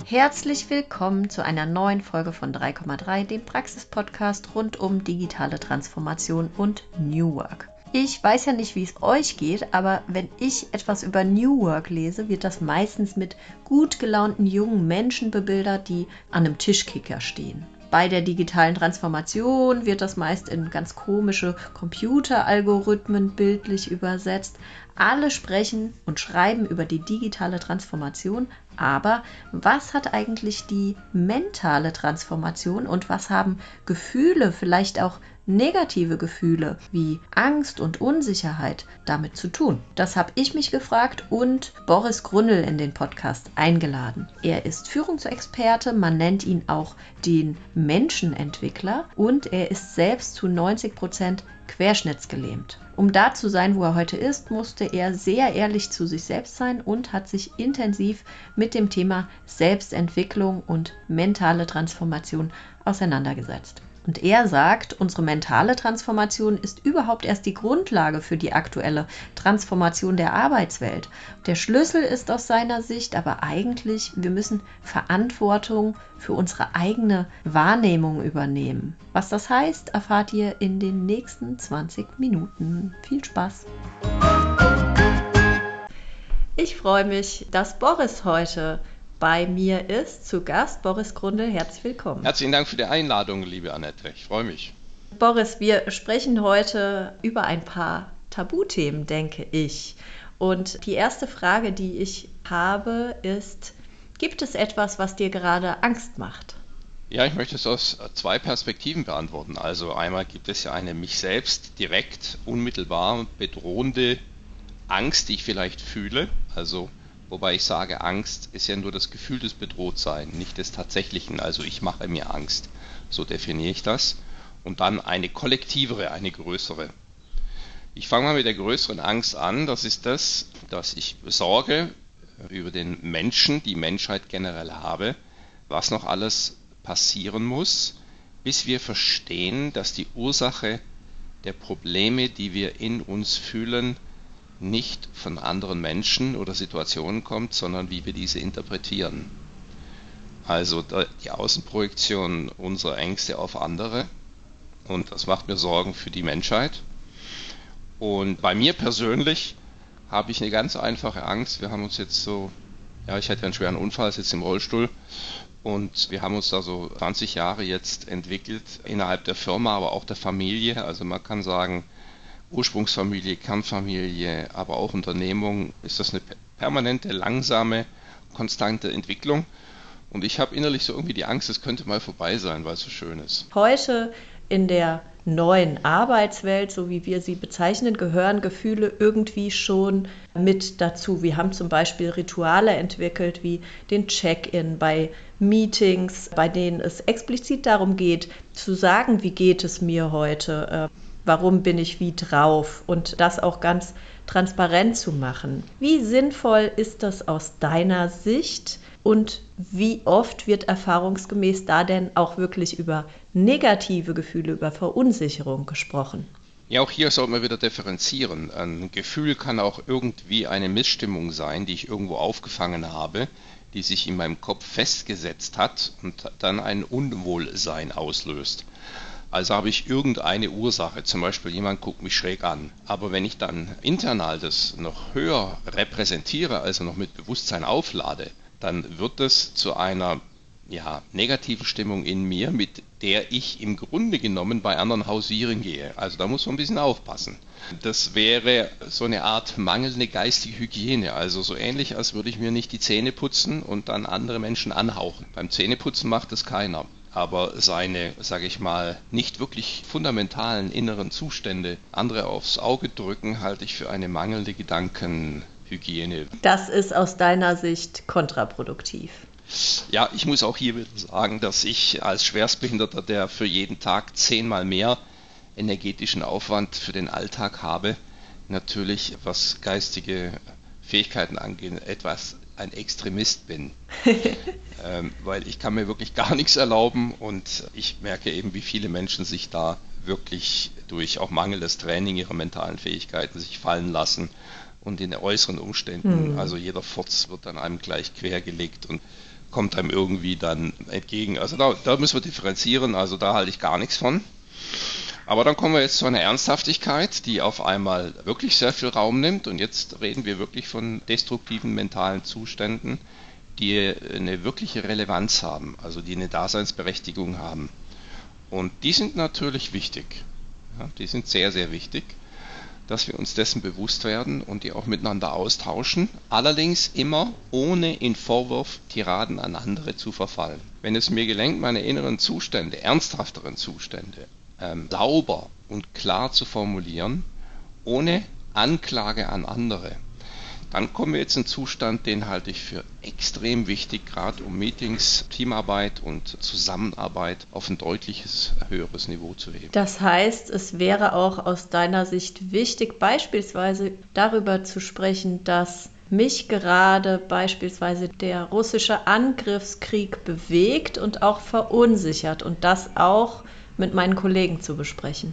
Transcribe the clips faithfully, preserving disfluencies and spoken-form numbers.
Herzlich willkommen zu einer neuen Folge von drei Komma drei, dem Praxis-Podcast rund um digitale Transformation und New Work. Ich weiß ja nicht, wie es euch geht, aber wenn ich etwas über New Work lese, wird das meistens mit gut gelaunten jungen Menschen bebildert, die an einem Tischkicker stehen. Bei der digitalen Transformation wird das meist in ganz komische Computeralgorithmen bildlich übersetzt. Alle sprechen und schreiben über die digitale Transformation, aber was hat eigentlich die mentale Transformation und was haben Gefühle, vielleicht auch negative Gefühle wie Angst und Unsicherheit damit zu tun? Das habe ich mich gefragt und Boris Gründel in den Podcast eingeladen. Er ist Führungsexperte, man nennt ihn auch den Menschenentwickler und er ist selbst zu neunzig Prozent querschnittsgelähmt. Um da zu sein, wo er heute ist, musste er sehr ehrlich zu sich selbst sein und hat sich intensiv mit dem Thema Selbstentwicklung und mentale Transformation auseinandergesetzt. Und er sagt, unsere mentale Transformation ist überhaupt erst die Grundlage für die aktuelle Transformation der Arbeitswelt. Der Schlüssel ist aus seiner Sicht aber eigentlich, wir müssen Verantwortung für unsere eigene Wahrnehmung übernehmen. Was das heißt, erfahrt ihr in den nächsten zwanzig Minuten. Viel Spaß! Ich freue mich, dass Boris heute bei mir ist, zu Gast. Boris Gründel, herzlich willkommen. Herzlichen Dank für die Einladung, liebe Annette. Ich freue mich. Boris, wir sprechen heute über ein paar Tabuthemen, denke ich. Und die erste Frage, die ich habe, ist, gibt es etwas, was dir gerade Angst macht? Ja, ich möchte es aus zwei Perspektiven beantworten. Also einmal gibt es ja eine mich selbst direkt, unmittelbar bedrohende Angst, die ich vielleicht fühle. Also wobei ich sage, Angst ist ja nur das Gefühl des Bedrohtseins, nicht des Tatsächlichen. Also ich mache mir Angst. So definiere ich das. Und dann eine kollektivere, eine größere. Ich fange mal mit der größeren Angst an. Das ist das, dass ich Sorge über den Menschen, die Menschheit generell habe, was noch alles passieren muss, bis wir verstehen, dass die Ursache der Probleme, die wir in uns fühlen, nicht von anderen Menschen oder Situationen kommt, sondern wie wir diese interpretieren. Also die Außenprojektion unserer Ängste auf andere, und das macht mir Sorgen für die Menschheit. Und bei mir persönlich habe ich eine ganz einfache Angst. Wir haben uns jetzt so, ja, ich hatte einen schweren Unfall, sitze im Rollstuhl, und wir haben uns da so zwanzig Jahre jetzt entwickelt, innerhalb der Firma, aber auch der Familie. Also man kann sagen, Ursprungsfamilie, Kernfamilie, aber auch Unternehmung, ist das eine permanente, langsame, konstante Entwicklung. Und ich habe innerlich so irgendwie die Angst, es könnte mal vorbei sein, weil es so schön ist. Heute in der neuen Arbeitswelt, so wie wir sie bezeichnen, gehören Gefühle irgendwie schon mit dazu. Wir haben zum Beispiel Rituale entwickelt, wie den Check-in bei Meetings, bei denen es explizit darum geht, zu sagen, wie geht es mir heute, warum bin ich wie drauf, und das auch ganz transparent zu machen. Wie sinnvoll ist das aus deiner Sicht und wie oft wird erfahrungsgemäß da denn auch wirklich über negative Gefühle, über Verunsicherung gesprochen? Ja, auch hier sollten wir wieder differenzieren. Ein Gefühl kann auch irgendwie eine Missstimmung sein, die ich irgendwo aufgefangen habe, die sich in meinem Kopf festgesetzt hat und dann ein Unwohlsein auslöst. Also habe ich irgendeine Ursache, zum Beispiel jemand guckt mich schräg an. Aber wenn ich dann internal das noch höher repräsentiere, also noch mit Bewusstsein auflade, dann wird es zu einer ja, negativen Stimmung in mir, mit der ich im Grunde genommen bei anderen hausieren gehe. Also da muss man ein bisschen aufpassen. Das wäre so eine Art mangelnde geistige Hygiene, also so ähnlich, als würde ich mir nicht die Zähne putzen und dann andere Menschen anhauchen. Beim Zähneputzen macht das keiner. Aber seine, sage ich mal, nicht wirklich fundamentalen inneren Zustände andere aufs Auge drücken, halte ich für eine mangelnde Gedankenhygiene. Das ist aus deiner Sicht kontraproduktiv. Ja, ich muss auch hier wieder sagen, dass ich als Schwerstbehinderter, der für jeden Tag zehnmal mehr energetischen Aufwand für den Alltag habe, natürlich, was geistige Fähigkeiten angeht, etwas ein Extremist bin, ähm, weil ich kann mir wirklich gar nichts erlauben und ich merke eben, wie viele Menschen sich da wirklich durch auch mangelndes Training ihrer mentalen Fähigkeiten sich fallen lassen und in äußeren Umständen, hm. also jeder Furz wird an einem gleich quergelegt und kommt einem irgendwie dann entgegen. Also da, da müssen wir differenzieren, also da halte ich gar nichts von. Aber dann kommen wir jetzt zu einer Ernsthaftigkeit, die auf einmal wirklich sehr viel Raum nimmt. Und jetzt reden wir wirklich von destruktiven mentalen Zuständen, die eine wirkliche Relevanz haben, also die eine Daseinsberechtigung haben. Und die sind natürlich wichtig. Ja, die sind sehr, sehr wichtig, dass wir uns dessen bewusst werden und die auch miteinander austauschen. Allerdings immer ohne in Vorwurf, Tiraden an andere zu verfallen. Wenn es mir gelingt, meine inneren Zustände, ernsthafteren Zustände, ähm, sauber und klar zu formulieren, ohne Anklage an andere, dann kommen wir jetzt in einen Zustand, den halte ich für extrem wichtig, gerade um Meetings, Teamarbeit und Zusammenarbeit auf ein deutliches, höheres Niveau zu heben. Das heißt, es wäre auch aus deiner Sicht wichtig, beispielsweise darüber zu sprechen, dass mich gerade beispielsweise der russische Angriffskrieg bewegt und auch verunsichert und das auch mit meinen Kollegen zu besprechen.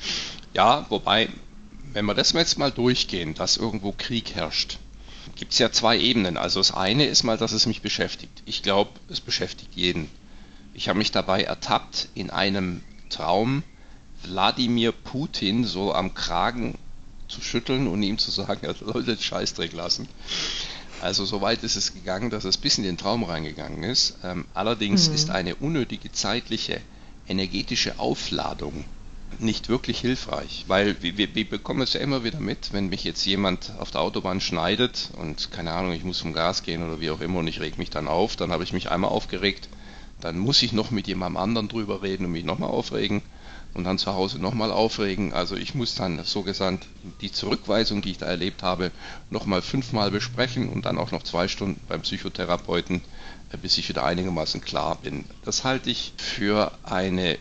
Ja, wobei, wenn wir das jetzt mal durchgehen, dass irgendwo Krieg herrscht, gibt es ja zwei Ebenen. Also das eine ist mal, dass es mich beschäftigt. Ich glaube, es beschäftigt jeden. Ich habe mich dabei ertappt, in einem Traum Wladimir Putin so am Kragen zu schütteln und ihm zu sagen, er soll den Scheißdreck lassen. Also so weit ist es gegangen, dass es bis in den Traum reingegangen ist. Ähm, allerdings mhm. ist eine unnötige zeitliche, energetische Aufladung nicht wirklich hilfreich, weil wir, wir, wir bekommen es ja immer wieder mit, wenn mich jetzt jemand auf der Autobahn schneidet und keine Ahnung, ich muss vom Gas gehen oder wie auch immer und ich reg mich dann auf, dann habe ich mich einmal aufgeregt, dann muss ich noch mit jemandem anderen drüber reden und mich nochmal aufregen und dann zu Hause nochmal aufregen. Also ich muss dann so gesagt die Zurückweisung, die ich da erlebt habe, nochmal fünfmal besprechen und dann auch noch zwei Stunden beim Psychotherapeuten, bis ich wieder einigermaßen klar bin. Das halte ich für eine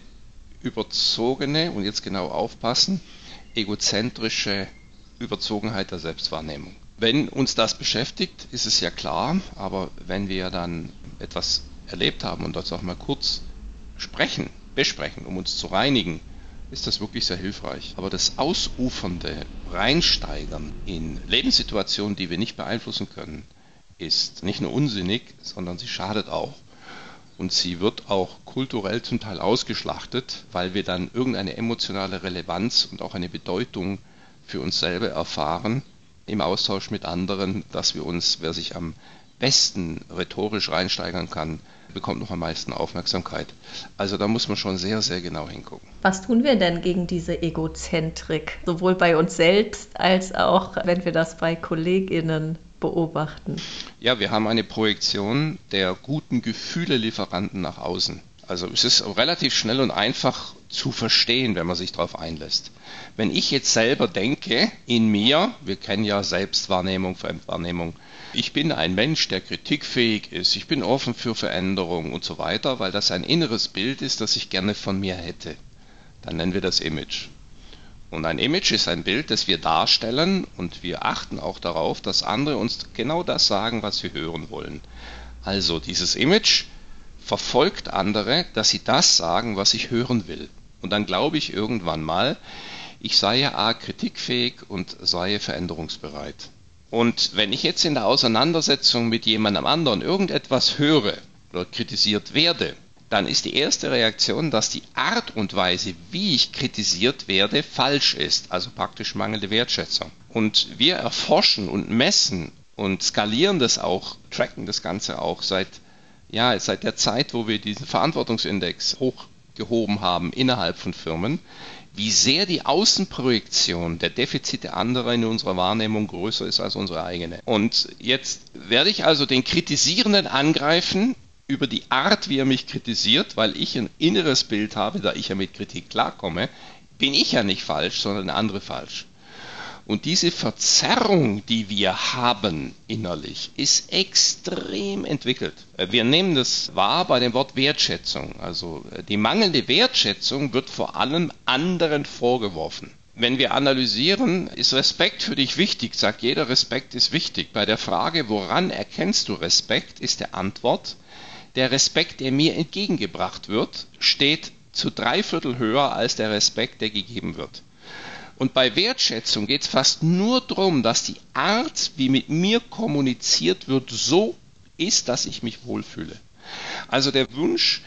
überzogene, und jetzt genau aufpassen, egozentrische Überzogenheit der Selbstwahrnehmung. Wenn uns das beschäftigt, ist es ja klar, aber wenn wir dann etwas erlebt haben und das auch mal kurz sprechen, besprechen, um uns zu reinigen, ist das wirklich sehr hilfreich. Aber das ausufernde Reinsteigern in Lebenssituationen, die wir nicht beeinflussen können, ist nicht nur unsinnig, sondern sie schadet auch. Und sie wird auch kulturell zum Teil ausgeschlachtet, weil wir dann irgendeine emotionale Relevanz und auch eine Bedeutung für uns selber erfahren im Austausch mit anderen, dass wir uns, wer sich am besten rhetorisch reinsteigern kann, bekommt noch am meisten Aufmerksamkeit. Also da muss man schon sehr, sehr genau hingucken. Was tun wir denn gegen diese Egozentrik, sowohl bei uns selbst als auch, wenn wir das bei KollegInnen beobachten? Ja, wir haben eine Projektion der guten Gefühle-Lieferanten nach außen. Also es ist relativ schnell und einfach zu verstehen, wenn man sich darauf einlässt. Wenn ich jetzt selber denke, in mir, wir kennen ja Selbstwahrnehmung, Fremdwahrnehmung, ich bin ein Mensch, der kritikfähig ist, ich bin offen für Veränderung und so weiter, weil das ein inneres Bild ist, das ich gerne von mir hätte. Dann nennen wir das Image. Und ein Image ist ein Bild, das wir darstellen und wir achten auch darauf, dass andere uns genau das sagen, was wir hören wollen. Also dieses Image verfolgt andere, dass sie das sagen, was ich hören will. Und dann glaube ich irgendwann mal, ich sei a. kritikfähig und sei veränderungsbereit. Und wenn ich jetzt in der Auseinandersetzung mit jemandem anderen irgendetwas höre oder kritisiert werde, dann ist die erste Reaktion, dass die Art und Weise, wie ich kritisiert werde, falsch ist, also praktisch mangelnde Wertschätzung. Und wir erforschen und messen und skalieren das auch, tracken das Ganze auch seit, ja, seit der Zeit, wo wir diesen Verantwortungsindex hochgehoben haben innerhalb von Firmen, wie sehr die Außenprojektion der Defizite anderer in unserer Wahrnehmung größer ist als unsere eigene. Und jetzt werde ich also den Kritisierenden angreifen über die Art, wie er mich kritisiert, weil ich ein inneres Bild habe, da ich ja mit Kritik klarkomme, bin ich ja nicht falsch, sondern der andere falsch. Und diese Verzerrung, die wir haben innerlich, ist extrem entwickelt. Wir nehmen das wahr bei dem Wort Wertschätzung. Also die mangelnde Wertschätzung wird vor allem anderen vorgeworfen. Wenn wir analysieren, ist Respekt für dich wichtig, sagt jeder, Respekt ist wichtig. Bei der Frage, woran erkennst du Respekt, ist der Antwort, der Respekt, der mir entgegengebracht wird, steht zu drei Viertel höher als der Respekt, der gegeben wird. Und bei Wertschätzung geht es fast nur darum, dass die Art, wie mit mir kommuniziert wird, so ist, dass ich mich wohlfühle. Also der Wunsch,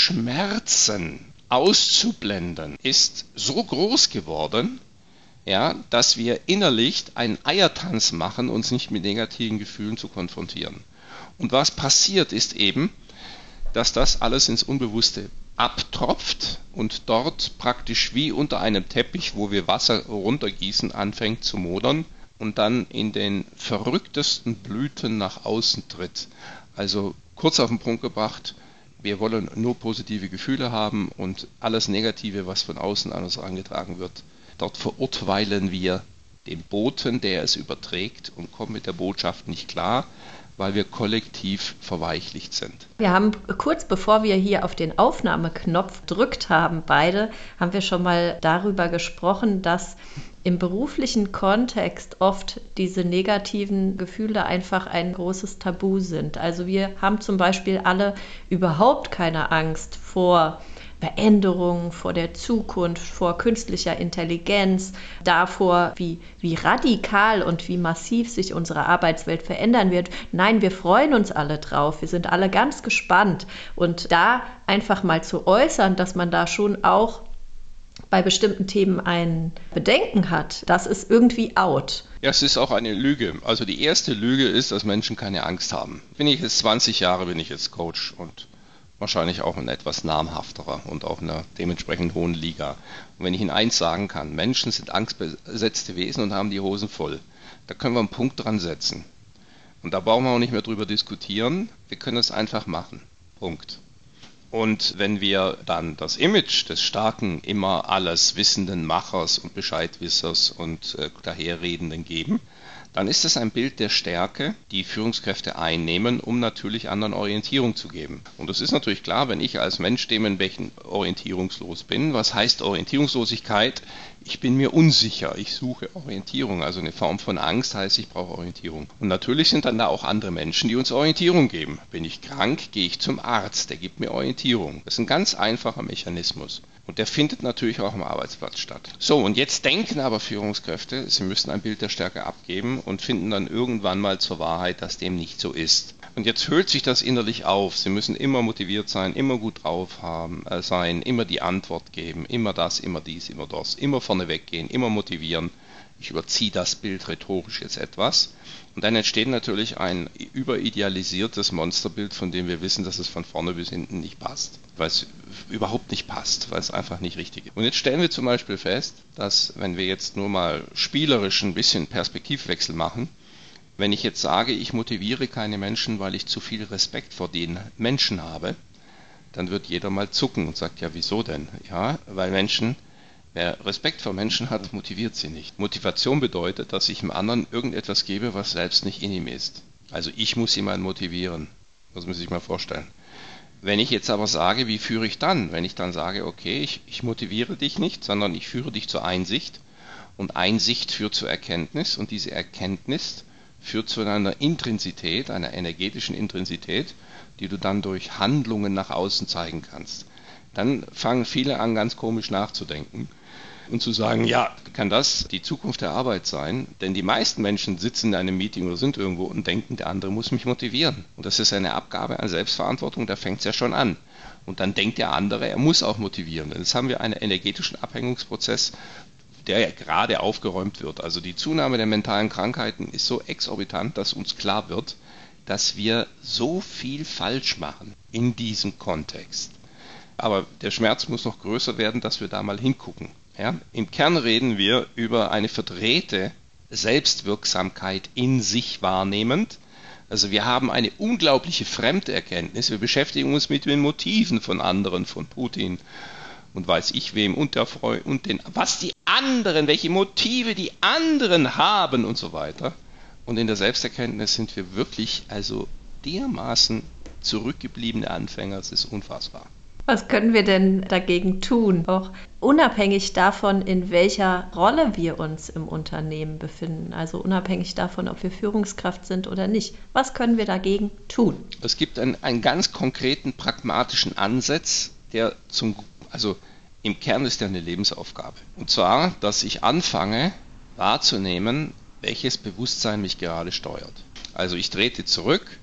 Schmerzen auszublenden, ist so groß geworden, ja, dass wir innerlich einen Eiertanz machen, uns nicht mit negativen Gefühlen zu konfrontieren. Und was passiert ist eben, dass das alles ins Unbewusste abtropft und dort praktisch wie unter einem Teppich, wo wir Wasser runtergießen, anfängt zu modern und dann in den verrücktesten Blüten nach außen tritt. Also kurz auf den Punkt gebracht, wir wollen nur positive Gefühle haben und alles Negative, was von außen an uns angetragen wird, dort verurteilen wir den Boten, der es überträgt, und kommen mit der Botschaft nicht klar, weil wir kollektiv verweichlicht sind. Wir haben kurz bevor wir hier auf den Aufnahmeknopf gedrückt haben, beide, haben wir schon mal darüber gesprochen, dass im beruflichen Kontext oft diese negativen Gefühle einfach ein großes Tabu sind. Also wir haben zum Beispiel alle überhaupt keine Angst vor Veränderungen, vor der Zukunft, vor künstlicher Intelligenz, davor, wie, wie radikal und wie massiv sich unsere Arbeitswelt verändern wird. Nein, wir freuen uns alle drauf. Wir sind alle ganz gespannt. Und da einfach mal zu äußern, dass man da schon auch bei bestimmten Themen ein Bedenken hat, das ist irgendwie out. Ja, es ist auch eine Lüge. Also die erste Lüge ist, dass Menschen keine Angst haben. Bin ich jetzt zwanzig Jahre, bin ich jetzt Coach und wahrscheinlich auch ein etwas namhafterer und auch in einer dementsprechend hohen Liga. Und wenn ich Ihnen eins sagen kann, Menschen sind angstbesetzte Wesen und haben die Hosen voll, da können wir einen Punkt dran setzen. Und da brauchen wir auch nicht mehr drüber diskutieren, wir können es einfach machen. Punkt. Und wenn wir dann das Image des starken, immer alles wissenden Machers und Bescheidwissers und äh, Daherredenden geben, dann ist es ein Bild der Stärke, die Führungskräfte einnehmen, um natürlich anderen Orientierung zu geben. Und es ist natürlich klar, wenn ich als Mensch dementsprechend orientierungslos bin, was heißt Orientierungslosigkeit? Ich bin mir unsicher, ich suche Orientierung, also eine Form von Angst heißt, ich brauche Orientierung. Und natürlich sind dann da auch andere Menschen, die uns Orientierung geben. Bin ich krank, gehe ich zum Arzt, der gibt mir Orientierung. Das ist ein ganz einfacher Mechanismus. Und der findet natürlich auch am Arbeitsplatz statt. So, und jetzt denken aber Führungskräfte, sie müssen ein Bild der Stärke abgeben und finden dann irgendwann mal zur Wahrheit, dass dem nicht so ist. Und jetzt hüllt sich das innerlich auf. Sie müssen immer motiviert sein, immer gut drauf haben, äh, sein, immer die Antwort geben, immer das, immer dies, immer das, immer vorne weggehen, immer motivieren. Ich überziehe das Bild rhetorisch jetzt etwas. Und dann entsteht natürlich ein überidealisiertes Monsterbild, von dem wir wissen, dass es von vorne bis hinten nicht passt. Weil es überhaupt nicht passt, weil es einfach nicht richtig ist. Und jetzt stellen wir zum Beispiel fest, dass wenn wir jetzt nur mal spielerisch ein bisschen Perspektivwechsel machen, wenn ich jetzt sage, ich motiviere keine Menschen, weil ich zu viel Respekt vor den Menschen habe, dann wird jeder mal zucken und sagt, ja, wieso denn? Ja, weil Menschen, wer Respekt vor Menschen hat, motiviert sie nicht. Motivation bedeutet, dass ich dem anderen irgendetwas gebe, was selbst nicht in ihm ist. Also ich muss jemanden motivieren. Das muss ich mal vorstellen. Wenn ich jetzt aber sage, wie führe ich dann? Wenn ich dann sage, okay, ich, ich motiviere dich nicht, sondern ich führe dich zur Einsicht. Und Einsicht führt zur Erkenntnis und diese Erkenntnis führt zu einer Intensität, einer energetischen Intensität, die du dann durch Handlungen nach außen zeigen kannst. Dann fangen viele an, ganz komisch nachzudenken und zu sagen, ja, kann das die Zukunft der Arbeit sein? Denn die meisten Menschen sitzen in einem Meeting oder sind irgendwo und denken, der andere muss mich motivieren. Und das ist eine Abgabe an Selbstverantwortung, da fängt es ja schon an. Und dann denkt der andere, er muss auch motivieren. Und jetzt haben wir einen energetischen Abhängungsprozess, der ja gerade aufgeräumt wird. Also die Zunahme der mentalen Krankheiten ist so exorbitant, dass uns klar wird, dass wir so viel falsch machen in diesem Kontext. Aber der Schmerz muss noch größer werden, dass wir da mal hingucken. Ja? Im Kern reden wir über eine verdrehte Selbstwirksamkeit in sich wahrnehmend. Also wir haben eine unglaubliche Fremderkenntnis. Wir beschäftigen uns mit den Motiven von anderen, von Putin und weiß ich wem und der Freund und den, was die anderen, welche Motive die anderen haben und so weiter. Und in der Selbsterkenntnis sind wir wirklich also dermaßen zurückgebliebene Anfänger, es ist unfassbar. Was können wir denn dagegen tun? Auch unabhängig davon, in welcher Rolle wir uns im Unternehmen befinden. Also unabhängig davon, ob wir Führungskraft sind oder nicht. Was können wir dagegen tun? Es gibt einen, einen ganz konkreten, pragmatischen Ansatz, der zum, also im Kern ist der eine Lebensaufgabe. Und zwar, dass ich anfange wahrzunehmen, welches Bewusstsein mich gerade steuert. Also ich trete zurück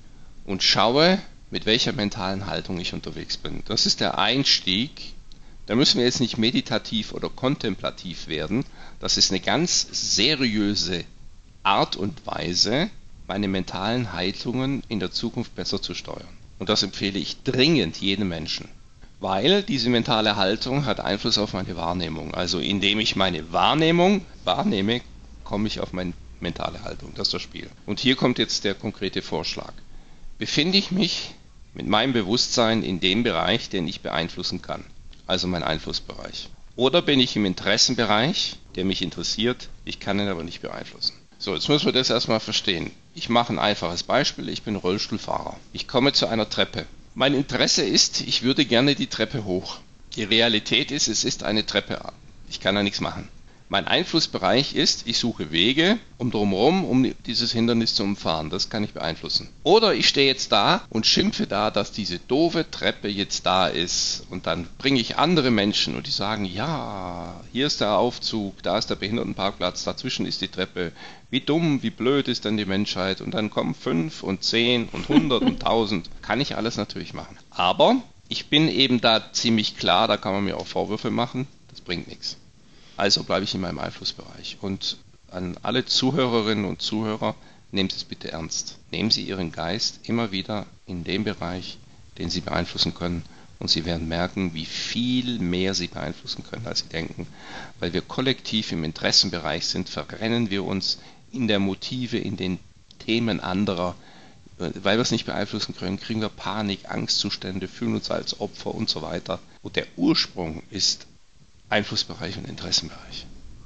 und schaue, mit welcher mentalen Haltung ich unterwegs bin. Das ist der Einstieg. Da müssen wir jetzt nicht meditativ oder kontemplativ werden. Das ist eine ganz seriöse Art und Weise, meine mentalen Haltungen in der Zukunft besser zu steuern. Und das empfehle ich dringend jedem Menschen. Weil diese mentale Haltung hat Einfluss auf meine Wahrnehmung. Also indem ich meine Wahrnehmung wahrnehme, komme ich auf meine mentale Haltung. Das ist das Spiel. Und hier kommt jetzt der konkrete Vorschlag. Befinde ich mich mit meinem Bewusstsein in dem Bereich, den ich beeinflussen kann? Also mein Einflussbereich. Oder bin ich im Interessenbereich, der mich interessiert, ich kann ihn aber nicht beeinflussen. So, jetzt müssen wir das erstmal verstehen. Ich mache ein einfaches Beispiel. Ich bin Rollstuhlfahrer. Ich komme zu einer Treppe. Mein Interesse ist, ich würde gerne die Treppe hoch. Die Realität ist, es ist eine Treppe. Ich kann da nichts machen. Mein Einflussbereich ist, ich suche Wege um drumherum, um dieses Hindernis zu umfahren. Das kann ich beeinflussen. Oder ich stehe jetzt da und schimpfe da, dass diese doofe Treppe jetzt da ist. Und dann bringe ich andere Menschen und die sagen, ja, hier ist der Aufzug, da ist der Behindertenparkplatz, dazwischen ist die Treppe. Wie dumm, wie blöd ist denn die Menschheit? Und dann kommen fünf und zehn und hundert und tausend. Kann ich alles natürlich machen. Aber ich bin eben da ziemlich klar, da kann man mir auch Vorwürfe machen. Das bringt nichts. Also bleibe ich in meinem Einflussbereich. Und an alle Zuhörerinnen und Zuhörer, nehmt es bitte ernst. Nehmen Sie Ihren Geist immer wieder in den Bereich, den Sie beeinflussen können. Und Sie werden merken, wie viel mehr Sie beeinflussen können, als Sie denken. Weil wir kollektiv im Interessenbereich sind, verrennen wir uns in der Motive, in den Themen anderer. Weil wir es nicht beeinflussen können, kriegen wir Panik, Angstzustände, fühlen uns als Opfer und so weiter. Und der Ursprung ist Einflussbereich und Interessenbereich.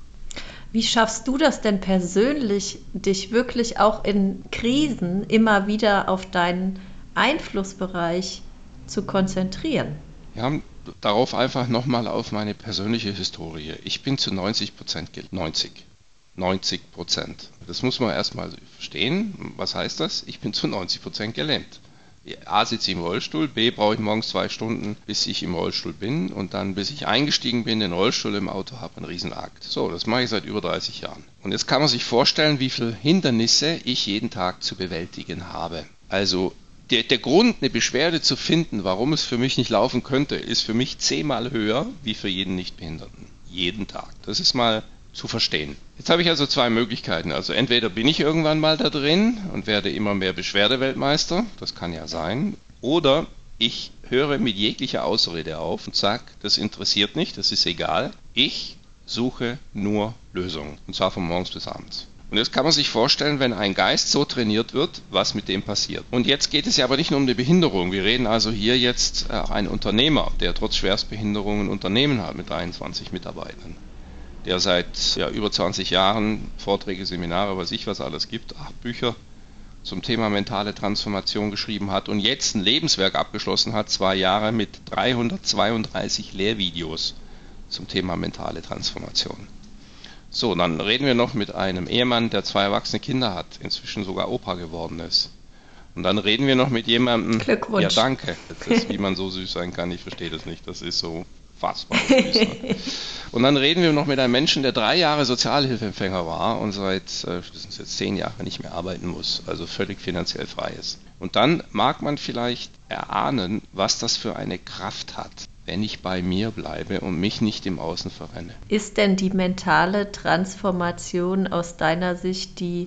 Wie schaffst du das denn persönlich, dich wirklich auch in Krisen immer wieder auf deinen Einflussbereich zu konzentrieren? Ja, darauf einfach nochmal auf meine persönliche Historie. Ich bin zu neunzig Prozent, neunzig, neunzig Prozent. Das muss man erstmal verstehen. Was heißt das? Ich bin zu neunzig Prozent gelähmt. A, sitze ich im Rollstuhl, B, brauche ich morgens zwei Stunden, bis ich im Rollstuhl bin und dann, bis ich eingestiegen bin, den Rollstuhl im Auto habe, ein Riesenakt. So, das mache ich seit über dreißig Jahren. Und jetzt kann man sich vorstellen, wie viele Hindernisse ich jeden Tag zu bewältigen habe. Also der, der Grund, eine Beschwerde zu finden, warum es für mich nicht laufen könnte, ist für mich zehnmal höher wie für jeden Nichtbehinderten. Jeden Tag. Das ist mal zu verstehen. Jetzt habe ich also zwei Möglichkeiten. Also entweder bin ich irgendwann mal da drin und werde immer mehr Beschwerdeweltmeister, das kann ja sein, oder ich höre mit jeglicher Ausrede auf und sage, das interessiert nicht, das ist egal, ich suche nur Lösungen, und zwar von morgens bis abends. Und jetzt kann man sich vorstellen, wenn ein Geist so trainiert wird, was mit dem passiert. Und jetzt geht es ja aber nicht nur um die Behinderung. Wir reden also hier jetzt auch ein Unternehmer, der trotz Schwerstbehinderung ein Unternehmen hat mit dreiundzwanzig Mitarbeitern. Der seit ja, über zwanzig Jahren Vorträge, Seminare, was ich was alles gibt, acht Bücher zum Thema mentale Transformation geschrieben hat und jetzt ein Lebenswerk abgeschlossen hat, zwei Jahre mit dreihundertzweiunddreißig Lehrvideos zum Thema mentale Transformation. So, dann reden wir noch mit einem Ehemann, der zwei erwachsene Kinder hat, inzwischen sogar Opa geworden ist. Und dann reden wir noch mit jemandem... Glückwunsch. Ja, danke. Das ist, wie man so süß sein kann, ich verstehe das nicht. Das ist so fassbar süß. Und dann reden wir noch mit einem Menschen, der drei Jahre Sozialhilfeempfänger war und seit das sind jetzt zehn Jahre nicht mehr arbeiten muss, also völlig finanziell frei ist. Und dann mag man vielleicht erahnen, was das für eine Kraft hat, wenn ich bei mir bleibe und mich nicht im Außen verrenne. Ist denn die mentale Transformation aus deiner Sicht die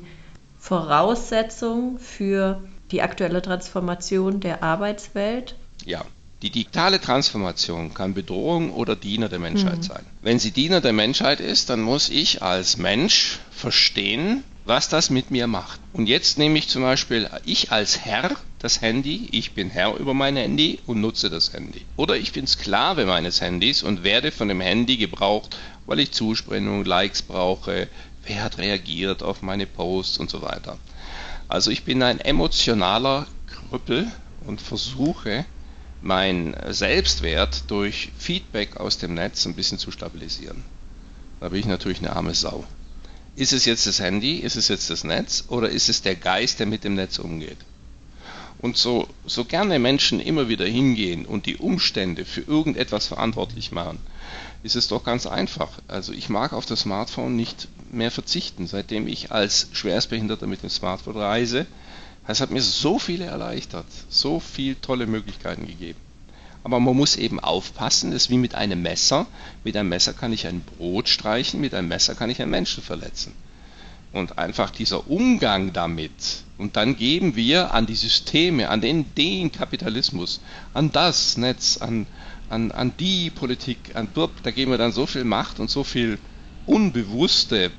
Voraussetzung für die aktuelle Transformation der Arbeitswelt? Ja. Die digitale Transformation kann Bedrohung oder Diener der Menschheit mhm. sein. Wenn sie Diener der Menschheit ist, dann muss ich als Mensch verstehen, was das mit mir macht. Und jetzt nehme ich zum Beispiel, ich als Herr das Handy, ich bin Herr über mein Handy und nutze das Handy. Oder ich bin Sklave meines Handys und werde von dem Handy gebraucht, weil ich Zuspannung, Likes brauche, wer hat reagiert auf meine Posts und so weiter. Also ich bin ein emotionaler Krüppel und versuche, mein Selbstwert durch Feedback aus dem Netz ein bisschen zu stabilisieren. Da bin ich natürlich eine arme Sau. Ist es jetzt das Handy, ist es jetzt das Netz oder ist es der Geist, der mit dem Netz umgeht? Und so, so gerne Menschen immer wieder hingehen und die Umstände für irgendetwas verantwortlich machen, ist es doch ganz einfach. Also ich mag auf das Smartphone nicht mehr verzichten. Seitdem ich als Schwerstbehinderter mit dem Smartphone reise, Es hat mir so viel erleichtert, so viele tolle Möglichkeiten gegeben. Aber man muss eben aufpassen, das ist wie mit einem Messer. Mit einem Messer kann ich ein Brot streichen, mit einem Messer kann ich einen Menschen verletzen. Und einfach dieser Umgang damit, und dann geben wir an die Systeme, an den, den Kapitalismus, an das Netz, an, an, an die Politik, an da geben wir dann so viel Macht und so viel unbewusste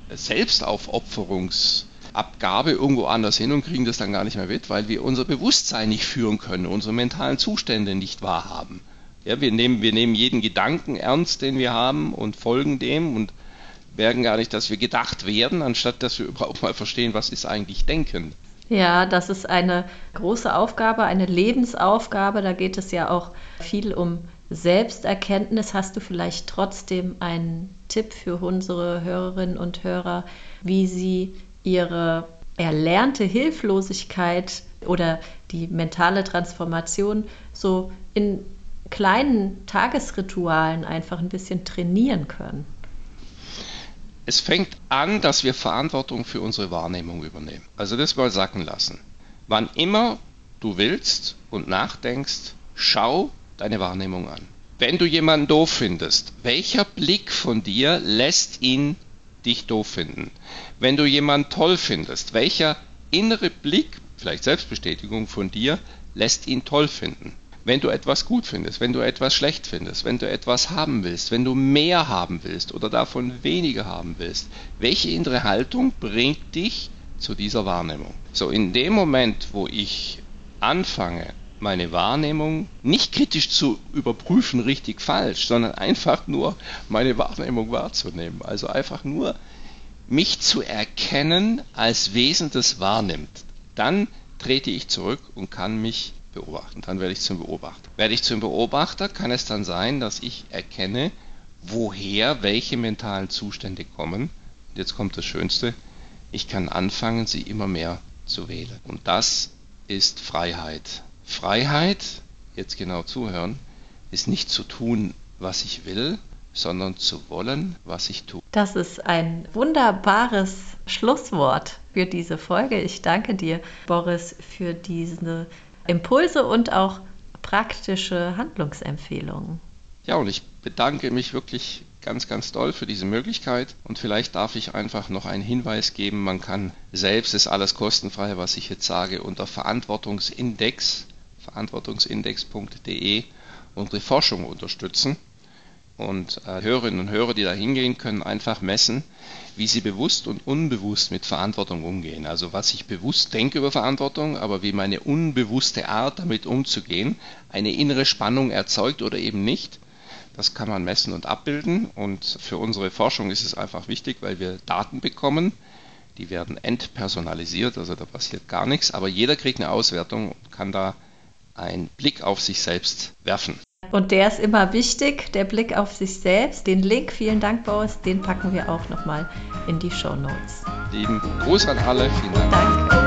Selbstaufopferungsabgabe irgendwo anders hin und kriegen das dann gar nicht mehr mit, weil wir unser Bewusstsein nicht führen können, unsere mentalen Zustände nicht wahrhaben. Ja, wir nehmen, wir nehmen jeden Gedanken ernst, den wir haben, und folgen dem und merken gar nicht, dass wir gedacht werden, anstatt dass wir überhaupt mal verstehen, was ist eigentlich Denken. Ja, das ist eine große Aufgabe, eine Lebensaufgabe. Da geht es ja auch viel um Selbsterkenntnis. Hast du vielleicht trotzdem einen Tipp für unsere Hörerinnen und Hörer, wie sie ihre erlernte Hilflosigkeit oder die mentale Transformation so in kleinen Tagesritualen einfach ein bisschen trainieren können? Es fängt an, dass wir Verantwortung für unsere Wahrnehmung übernehmen. Also das mal sacken lassen. Wann immer du willst und nachdenkst, schau deine Wahrnehmung an. Wenn du jemanden doof findest, welcher Blick von dir lässt ihn dich doof finden? Wenn du jemanden toll findest, welcher innere Blick, vielleicht Selbstbestätigung von dir, lässt ihn toll finden? Wenn du etwas gut findest, wenn du etwas schlecht findest, wenn du etwas haben willst, wenn du mehr haben willst oder davon weniger haben willst, welche innere Haltung bringt dich zu dieser Wahrnehmung? So, in dem Moment, wo ich anfange, meine Wahrnehmung nicht kritisch zu überprüfen, richtig, falsch, sondern einfach nur meine Wahrnehmung wahrzunehmen, also einfach nur mich zu erkennen als Wesen, das wahrnimmt, dann trete ich zurück und kann mich beobachten. Dann werde ich zum Beobachter. Werde ich zum Beobachter, kann es dann sein, dass ich erkenne, woher welche mentalen Zustände kommen. Und jetzt kommt das Schönste, ich kann anfangen, sie immer mehr zu wählen. Und das ist Freiheit. Freiheit, jetzt genau zuhören, ist nicht zu tun, was ich will, sondern zu wollen, was ich tue. Das ist ein wunderbares Schlusswort für diese Folge. Ich danke dir, Boris, für diese Impulse und auch praktische Handlungsempfehlungen. Ja, und ich bedanke mich wirklich ganz, ganz doll für diese Möglichkeit. Und vielleicht darf ich einfach noch einen Hinweis geben. Man kann selbst, ist alles kostenfrei, was ich jetzt sage, unter Verantwortungsindex, verantwortungsindex punkt de unsere Forschung unterstützen. Und äh, Hörerinnen und Hörer, die da hingehen, können einfach messen, wie sie bewusst und unbewusst mit Verantwortung umgehen. Also was ich bewusst denke über Verantwortung, aber wie meine unbewusste Art, damit umzugehen, eine innere Spannung erzeugt oder eben nicht. Das kann man messen und abbilden. Und für unsere Forschung ist es einfach wichtig, weil wir Daten bekommen. Die werden entpersonalisiert, also da passiert gar nichts. Aber jeder kriegt eine Auswertung und kann da einen Blick auf sich selbst werfen. Und der ist immer wichtig, der Blick auf sich selbst. Den Link, vielen Dank, Boris, den packen wir auch nochmal in die Shownotes. Lieben Gruß an alle, vielen Dank. Danke.